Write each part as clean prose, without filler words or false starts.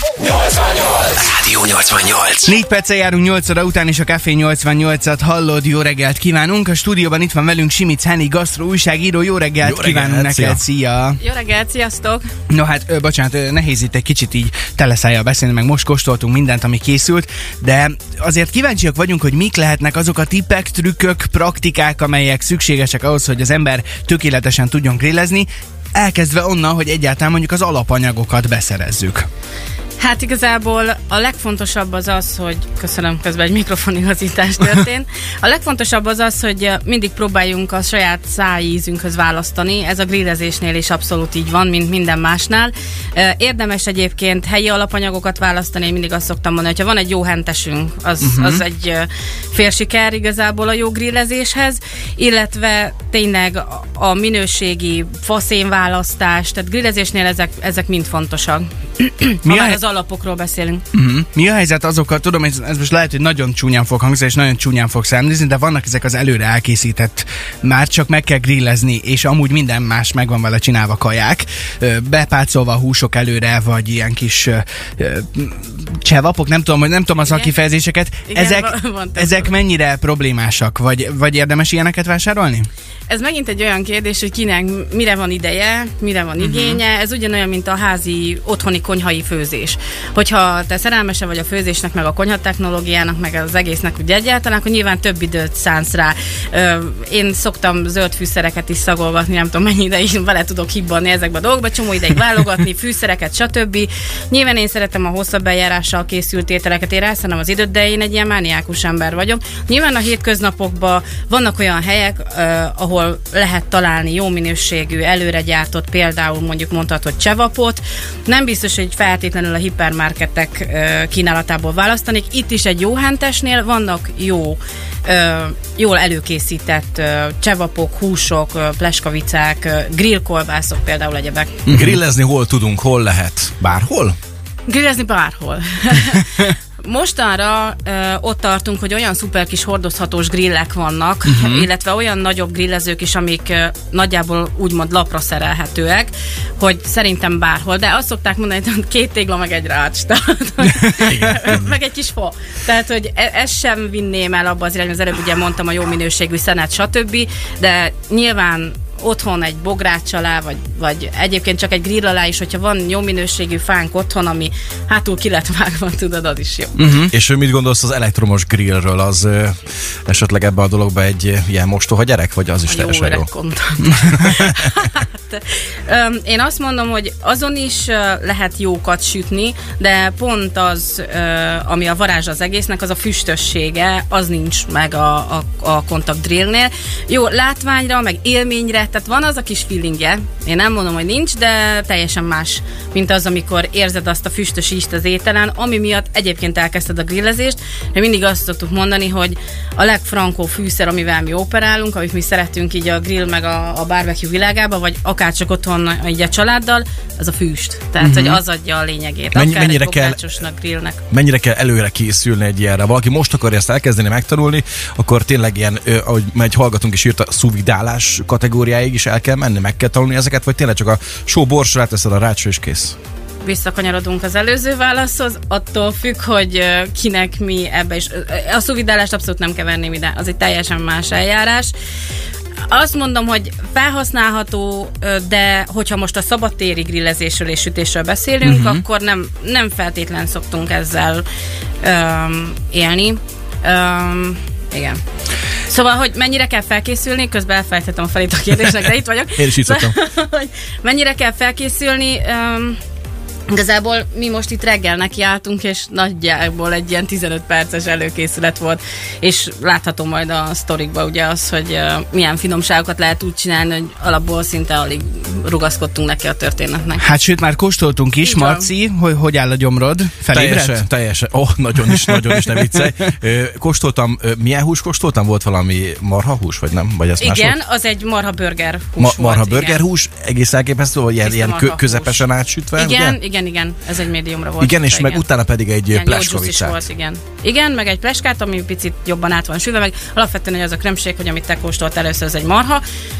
Rádió 88. 4 perccel járunk 8 óra után, és a Café 88-at hallod. Jó reggelt kívánunk! A stúdióban itt van velünk Simic Henny, gasztró újságíró. Jó reggelt kívánunk neked! Szia! Jó reggelt, sziasztok! No hát, bocsánat, nehéz itt egy kicsit így teleszájjal beszélni, meg most kóstoltunk mindent, ami készült, de azért kíváncsiak vagyunk, hogy mik lehetnek azok a tippek, trükkök, praktikák, amelyek szükségesek ahhoz, hogy az ember tökéletesen tudjon grillezni, elkezdve onnan, hogy egyáltalán mondjuk az alapanyagokat beszerezzük. Hát igazából a legfontosabb az az, hogy köszönöm, közben egy mikrofonigazítás történt. A legfontosabb az az, hogy mindig próbáljunk a saját szájízünkhöz választani. Ez a grillezésnél is abszolút így van, mint minden másnál. Érdemes egyébként helyi alapanyagokat választani. Én mindig azt szoktam mondani, hogy ha van egy jó hentesünk, az egy fél siker igazából a jó grillezéshez, illetve tényleg a minőségi faszénválasztás, tehát grillezésnél ezek mind fontosak. Az alapokról beszélünk. Mi a helyzet azokkal, tudom, ez most lehet, hogy nagyon csúnyán fog hangzni, és nagyon csúnyán fog számízni, de vannak ezek az előre elkészített, már csak meg kell grillezni, és amúgy minden más meg van vele csinálva kaják, bepácolva a húsok előre, vagy ilyen kis csevapok, nem tudom a szakifejezéseket. Ezek mennyire problémásak, vagy érdemes ilyeneket vásárolni? Ez megint egy olyan kérdés, hogy kinek mire van ideje, mire van igénye. Ez ugyanolyan, mint a házi, otthoni konyhai főzés. Hogyha te szerelmese vagy a főzésnek, meg a konyhatechnológiának, meg az egésznek úgy egyáltalán, akkor nyilván több időt szánsz rá. Én szoktam zöld fűszereket is szagolgatni, nem tudom mennyi ideig vele tudok hibbanni ezekbe a dolgokba, csomó ideig válogatni, fűszereket, stb. Nyilván én szeretem a hosszabb eljárással készült ételeket, én rászánom az időt, de én egy ilyen mániákus ember vagyok. Nyilván a hétköznapokban vannak olyan helyek, ahol lehet találni jó minőségű, előre gyártott, például mondjuk mondhatod csevapot. Nem biztos, hogy feltétlenül a hipermarketek kínálatából választanék. Itt is egy jó hentesnél vannak jól előkészített csevapok, húsok, pleskavicák, grillkolbászok például egyebek. Grillezni hol tudunk, hol lehet? Bárhol? Grillezni bárhol. Mostanra ott tartunk, hogy olyan szuper kis hordozhatós grillek vannak, illetve olyan nagyobb grillezők is, amik nagyjából úgymond lapra szerelhetőek, hogy szerintem bárhol. De azt szokták mondani, hogy 2 tégla meg egy rács, meg egy kis fa. Tehát, hogy ezt sem vinném el abba az irányba, az előbb ugye mondtam a jó minőségű szenet, stb. De nyilván otthon egy bogrács alá, vagy egyébként csak egy grill alá is, hogyha van jó minőségű fánk otthon, ami hátul ki lett vágva, tudod, az is jó. És mit gondolsz az elektromos grillről? Az esetleg ebbe a dologba egy ilyen mostoha gyerek, vagy az is teljesen jó? Én azt mondom, hogy azon is lehet jókat sütni, de pont az, ami a varázs az egésznek, az a füstössége, az nincs meg a kontakt grillnél. Jó, látványra, meg élményre, tehát van az a kis feelingje, én nem mondom, hogy nincs, de teljesen más, mint az, amikor érzed azt a füstös ízt az ételen, ami miatt egyébként elkezdted a grillezést, mert mindig azt szoktuk mondani, hogy a legfrankó fűszer, amivel mi operálunk, amit mi szeretünk így a grill meg a barbecue világába, vagy akár csak otthon így a családdal, az a füst. Tehát, hogy az adja a lényegét. Mennyire kell előre készülni egy ilyenre? Valaki most akarja ezt elkezdeni megtanulni, akkor tényleg ilyen, ahogy egy hallgatónk is írta, szuvidálás kategóriáig is el kell menni, meg kell tanulni ezeket, vagy tényleg csak a só borsra ráteszed a rácsra és kész? Visszakanyarodunk az előző válaszhoz, attól függ, hogy kinek mi ebbe is. A szuvidálást abszolút nem keverném ide, az egy teljesen más eljárás. Azt mondom, hogy felhasználható, de hogyha most a szabadtéri grillezésről és sütésről beszélünk, akkor nem feltétlen szoktunk ezzel élni. Igen. Szóval, hogy mennyire kell felkészülni, közben elfelejtettem a felét a kérdésnek, de itt vagyok. Én is így szoktam. Mennyire kell felkészülni? Igazából mi most itt reggel nekiálltunk, és nagyjából egy ilyen 15 perces előkészület volt, és látható majd a sztorikban ugye az, hogy milyen finomságokat lehet úgy csinálni, hogy alapból szinte alig rugaszkodtunk neki a történetnek. Hát sőt, már kóstoltunk is, Marci, hogy áll a gyomrod? Teljesen. Nagyon is, ne viccelj. Kóstoltam, milyen hús kóstoltam? Volt valami marhahús, vagy nem? Vagy ez igen, más az egy marha burger hús marha burger hús, egész elképesztő, vagy ilyen közepesen átsütve, Igen, ez egy médiumra volt. Igen, és meg utána pedig egy pleskavicát. Igen, meg egy pleskát, ami picit jobban át van sülve, meg alapvetően hogy az a különbség, hogy amit te kóstolt először, az egy marha,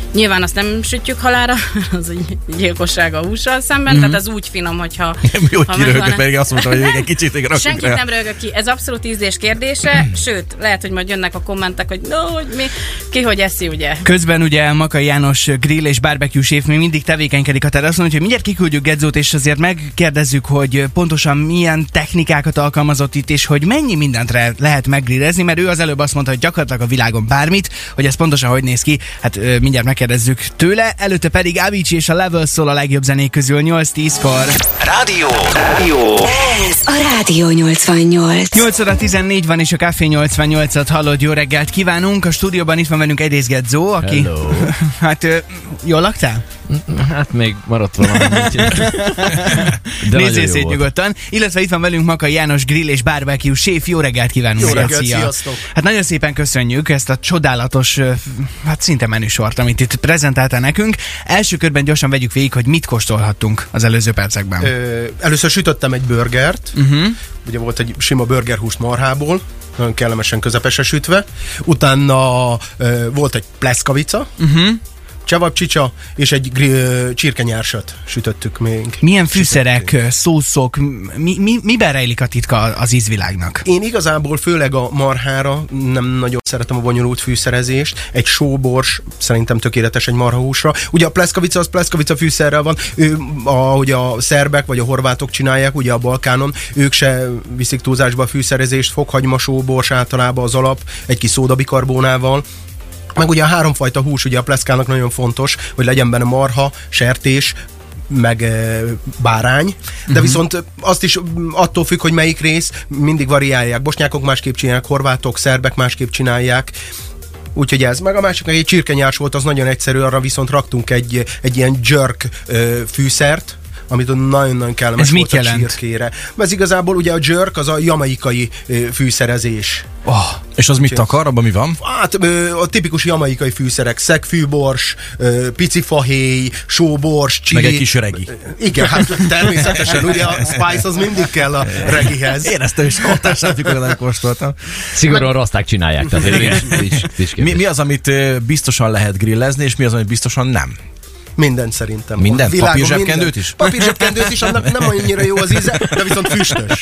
Nyilván azt nem sütjük halálra, az egy gyilkosság a hússal szemben, tehát az úgy finom, hogyha... Jó, hogy kiröhögök, mert azt mondtam, hogy egy kicsit rakjuk rá. Senkit nem röhögök ki, ez abszolút ízlés kérdése, sőt, lehet, hogy majd jönnek a kommentek, hogy hogy ki hogy eszi, ugye. Közben ugye Makay János grill és barbecue séf még mindig tevékenykedik a teraszon, úgyhogy mindjárt kiküldjük Gedzót, és azért megkérdezzük, hogy pontosan milyen technikákat alkalmazott itt, és hogy mennyi mindent lehet meggrillezni, mert ő az előbb azt mondta, hogy gyakorlatilag a világon bármit, hogy ez pontosan hogy néz ki, hát mindjárt megkérdezzük tőle, előtte pedig Avicii és a Level szól a legjobb zenék közül 8-10-kor. Rádió. Ez a Rádió 88. 8 óra 14 van, és a Café 88-at hallod, jó reggelt kívánunk. A stúdióban itt van velünk egyrészt Gedzó, aki... Hello. Hát, jól laktál? Hát még maradt valami. Nézzél szét nyugodtan. Illetve itt van velünk Makay János grill és barbecue séf. Jó reggelt kívánunk! Jó reggelt, sziasztok! Hát nagyon szépen köszönjük ezt a csodálatos, hát szinte menüsort, amit itt prezentáltál nekünk. Első körben gyorsan vegyük végig, hogy mit kóstolhattunk az előző percekben. Először sütöttem egy burgert. Ugye volt egy sima burgerhúst marhából, nagyon kellemesen közepesre sütve. Utána volt egy pleszkavica, csevapcsicsa és egy csirkenyársat sütöttük még. Milyen fűszerek, szószok, miben rejlik a titka az ízvilágnak? Én igazából főleg a marhára nem nagyon szeretem a bonyolult fűszerezést. Egy sóbors szerintem tökéletes egy marhahúsra. Ugye a pleszkavica az pleszkavica fűszerrel van. Ahogy a szerbek vagy a horvátok csinálják, ugye a Balkánon, ők se viszik túlzásba a fűszerezést. Fokhagyma, sóbors általában az alap, egy kis szódabikarbónával. Meg ugye a háromfajta hús, ugye a pleszkának nagyon fontos, hogy legyen benne marha, sertés, meg bárány, de viszont azt is attól függ, hogy melyik rész, mindig variálják. Bosnyákok másképp csinálják, horvátok, szerbek másképp csinálják. Úgyhogy ez. Meg a másiknak egy csirkenyárs volt, az nagyon egyszerű, arra viszont raktunk egy ilyen jerk fűszert, amit nagyon-nagyon kellemes ez volt mit a csirkére. Ez igazából ugye a jerk az a jamaikai fűszerezés. És az mit akar, abban mi van? Hát a tipikus jamaikai fűszerek, szegfűbors, pici fahéj, sóbors, chili. Meg egy kis regi. Igen, hát természetesen, ugye a spice az mindig kell a regihez. Éreztem is hatását, mikor nem kóstoltam. Szigorúan raszták csinálják. Tehát mi az, amit biztosan lehet grillezni, és mi az, amit biztosan nem? Mindent szerintem. Minden? Papírzsebkendőt is? Papírzsebkendőt is, annak nem annyira jó az íze, de viszont füstös.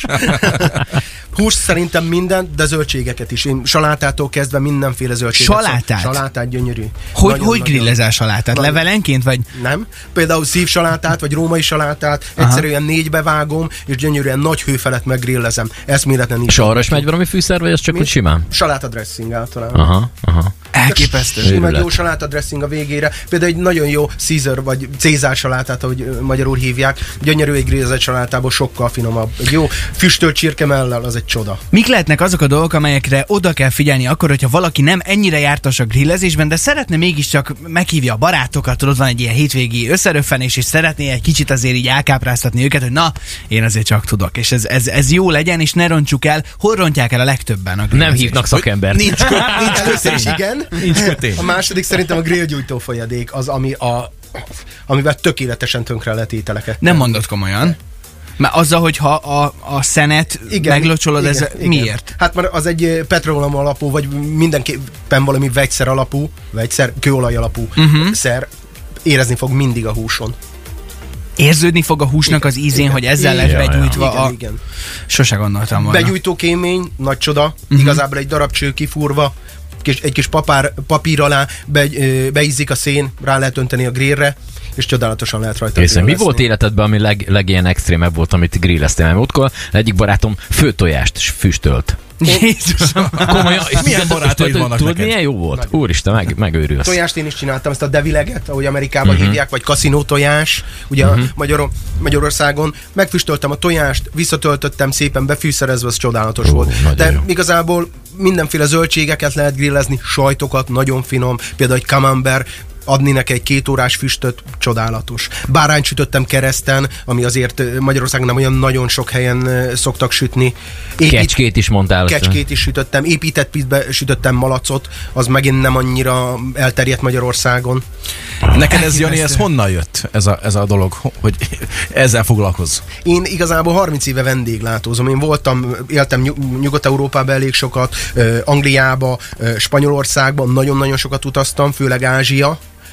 Hús szerintem mindent, de zöldségeket is. Én salátától kezdve mindenféle zöldséget. Salátát? Salátát gyönyörű. Hogy grillezel salátát? Levelenként vagy? Nem. Például szívsalátát, vagy római salátát egyszerűen négybe vágom, és gyönyörűen nagy hő felett meggrillezem. Eszméletlen is. És arra is megy valami fűszer, vagy az csak úgy simán? Salátadresszing általában. Aha. Elképesztő. Sima jó salátadresszing a végére. Például egy nagyon jó Caesar vagy Cézár salátát, ahogy magyarul hívják. Gyönyörű egy grillezett salátából sokkal finomabb. Egy jó füstölt csirkemellel, az egy csoda. Mik lehetnek azok a dolgok, amelyekre oda kell figyelni akkor, hogyha valaki nem ennyire jártas a grillezésben, de szeretne mégiscsak meghívja a barátokat, tudod, van egy ilyen hétvégi összeröffenés, és szeretné egy kicsit azért így elkápráztatni őket, hogy na, én azért csak tudok. És ez jó legyen, és ne rontsuk el. Hol rontják el a legtöbben a grillezést? Nem hívnak szakembert. Nincs először is igen. Nincs kötény. A második szerintem a grillgyújtó folyadék az, amivel tökéletesen tönkre lehet ételeket. Nem mondod komolyan. Mert azzal, hogyha a szenet meglocsolod, ez miért? Hát mert az egy petroleum alapú, vagy mindenképpen valami vegyszer alapú, kőolaj alapú szer, érezni fog mindig a húson. Érződni fog a húsnak az ízén, hogy ezzel lett begyújtva Igen. Sose gondoltam volna. Begyújtó kémény, nagy csoda, igazából egy darab cső kifúrva, egy kis papír alá beizzik a szén, rá lehet önteni a grillre, és csodálatosan lehet rajta grillezni. Mi volt életedben, ami legilyen extrémebb volt, amit grilleztél? Mert múltkor egyik barátom főtojást füstölt. Jézusom! Komolyan, milyen barátaid vannak tudod, neked? milyen jó volt? Nagyon. Úristen, megőrülsz. Tojást én is csináltam, ezt a devileget, ahogy Amerikában hívják, vagy kaszinó tojás, ugye Magyarországon. Megfüstöltem a tojást, visszatöltöttem szépen befűszerezve, az csodálatos volt. De jó. Igazából mindenféle zöldségeket lehet grillezni, sajtokat, nagyon finom, például egy camembert, adni neki egy 2 órás füstöt, csodálatos. Bárányt sütöttem kereszten, ami azért Magyarországon nem olyan nagyon sok helyen szoktak sütni. Kecskét is mondtál. Kecskét is sütöttem, épített pizbe sütöttem malacot, az megint nem annyira elterjedt Magyarországon. Neked ez, Jani, ez honnan jött ez a dolog, hogy ezzel foglalkozz? Én igazából 30 éve vendéglátózom. Én éltem Nyugat-Európában elég sokat, Angliába, Spanyolországban, nagyon-nagyon sokat utaztam, főleg Ázsia.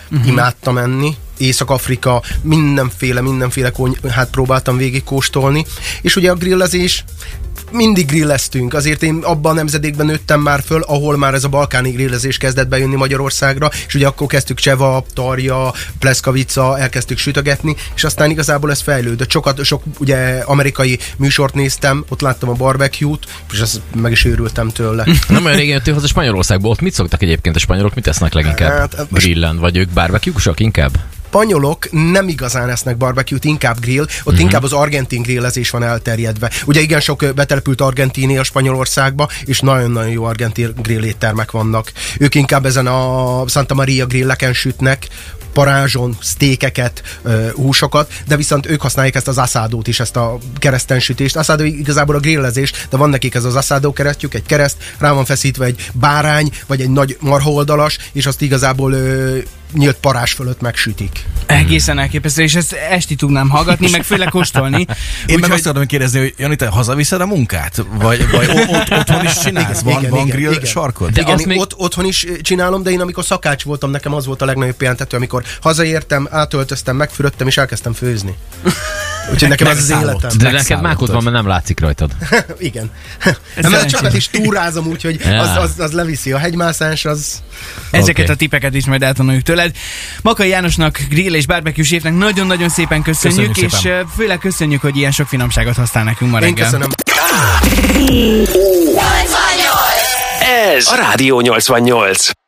imádtam enni. Észak-Afrika, mindenféle konyhát próbáltam végigkóstolni, és ugye a grillezés, mindig grilleztünk, azért én abban a nemzedékben nőttem már föl, ahol már ez a balkáni grillezés kezdett bejönni Magyarországra, és ugye akkor kezdtük cseva, tarja, pleszkavica, elkezdtük sütögetni, és aztán igazából ez fejlődött. Sok ugye amerikai műsort néztem, ott láttam a barbecue-t, és azt meg is őrültem tőle. Nem olyan régen jöttél haza Spanyolországból, ott mit szoktak egyébként a spanyolok, mit esznek leginkább? Grillen, vagy ők barbecue-sak inkább? Spanyolok nem igazán esznek barbecue-t, inkább grill, ott inkább az argentin grillezés van elterjedve. Ugye igen sok betelepült argentini a Spanyolországba, és nagyon-nagyon jó argentin grilléttermek vannak. Ők inkább ezen a Santa Maria grilleken sütnek, parázson, sztékeket, húsokat, de viszont ők használják ezt az asádót is, ezt a keresztensütést. Asádó igazából a grillezés, de van nekik ez az asádó keresztjük, egy kereszt, rá van feszítve egy bárány, vagy egy nagy marhaoldalas, és azt igazából nyílt parázs fölött megsütik. Egészen elképesztő, és ezt esti tudnám hallgatni, meg főleg kóstolni. Én meg azt akarom kérdezni, hogy Jani, te hazaviszed a munkát? Vagy otthon is csinálsz? Van grill sarkod? De igen, még... otthon is csinálom, de én amikor szakács voltam, nekem az volt a legnagyobb pihentető, amikor hazaértem, átöltöztem, megfürödtem, és elkezdtem főzni. Úgyhogy nekem ez az életem. De neked mákod van, mert nem látszik rajtad. Igen. Mert csak is túrázom, úgyhogy az leviszi a hegymászás, az... Ezeket a tippeket is majd eltanuljuk tőled. Makai Jánosnak, grill és barbecue séfnek nagyon-nagyon szépen köszönjük, és főleg köszönjük, hogy ilyen sok finomságot használ nekünk ma reggel. Én köszönöm. Ez a Rádió 88.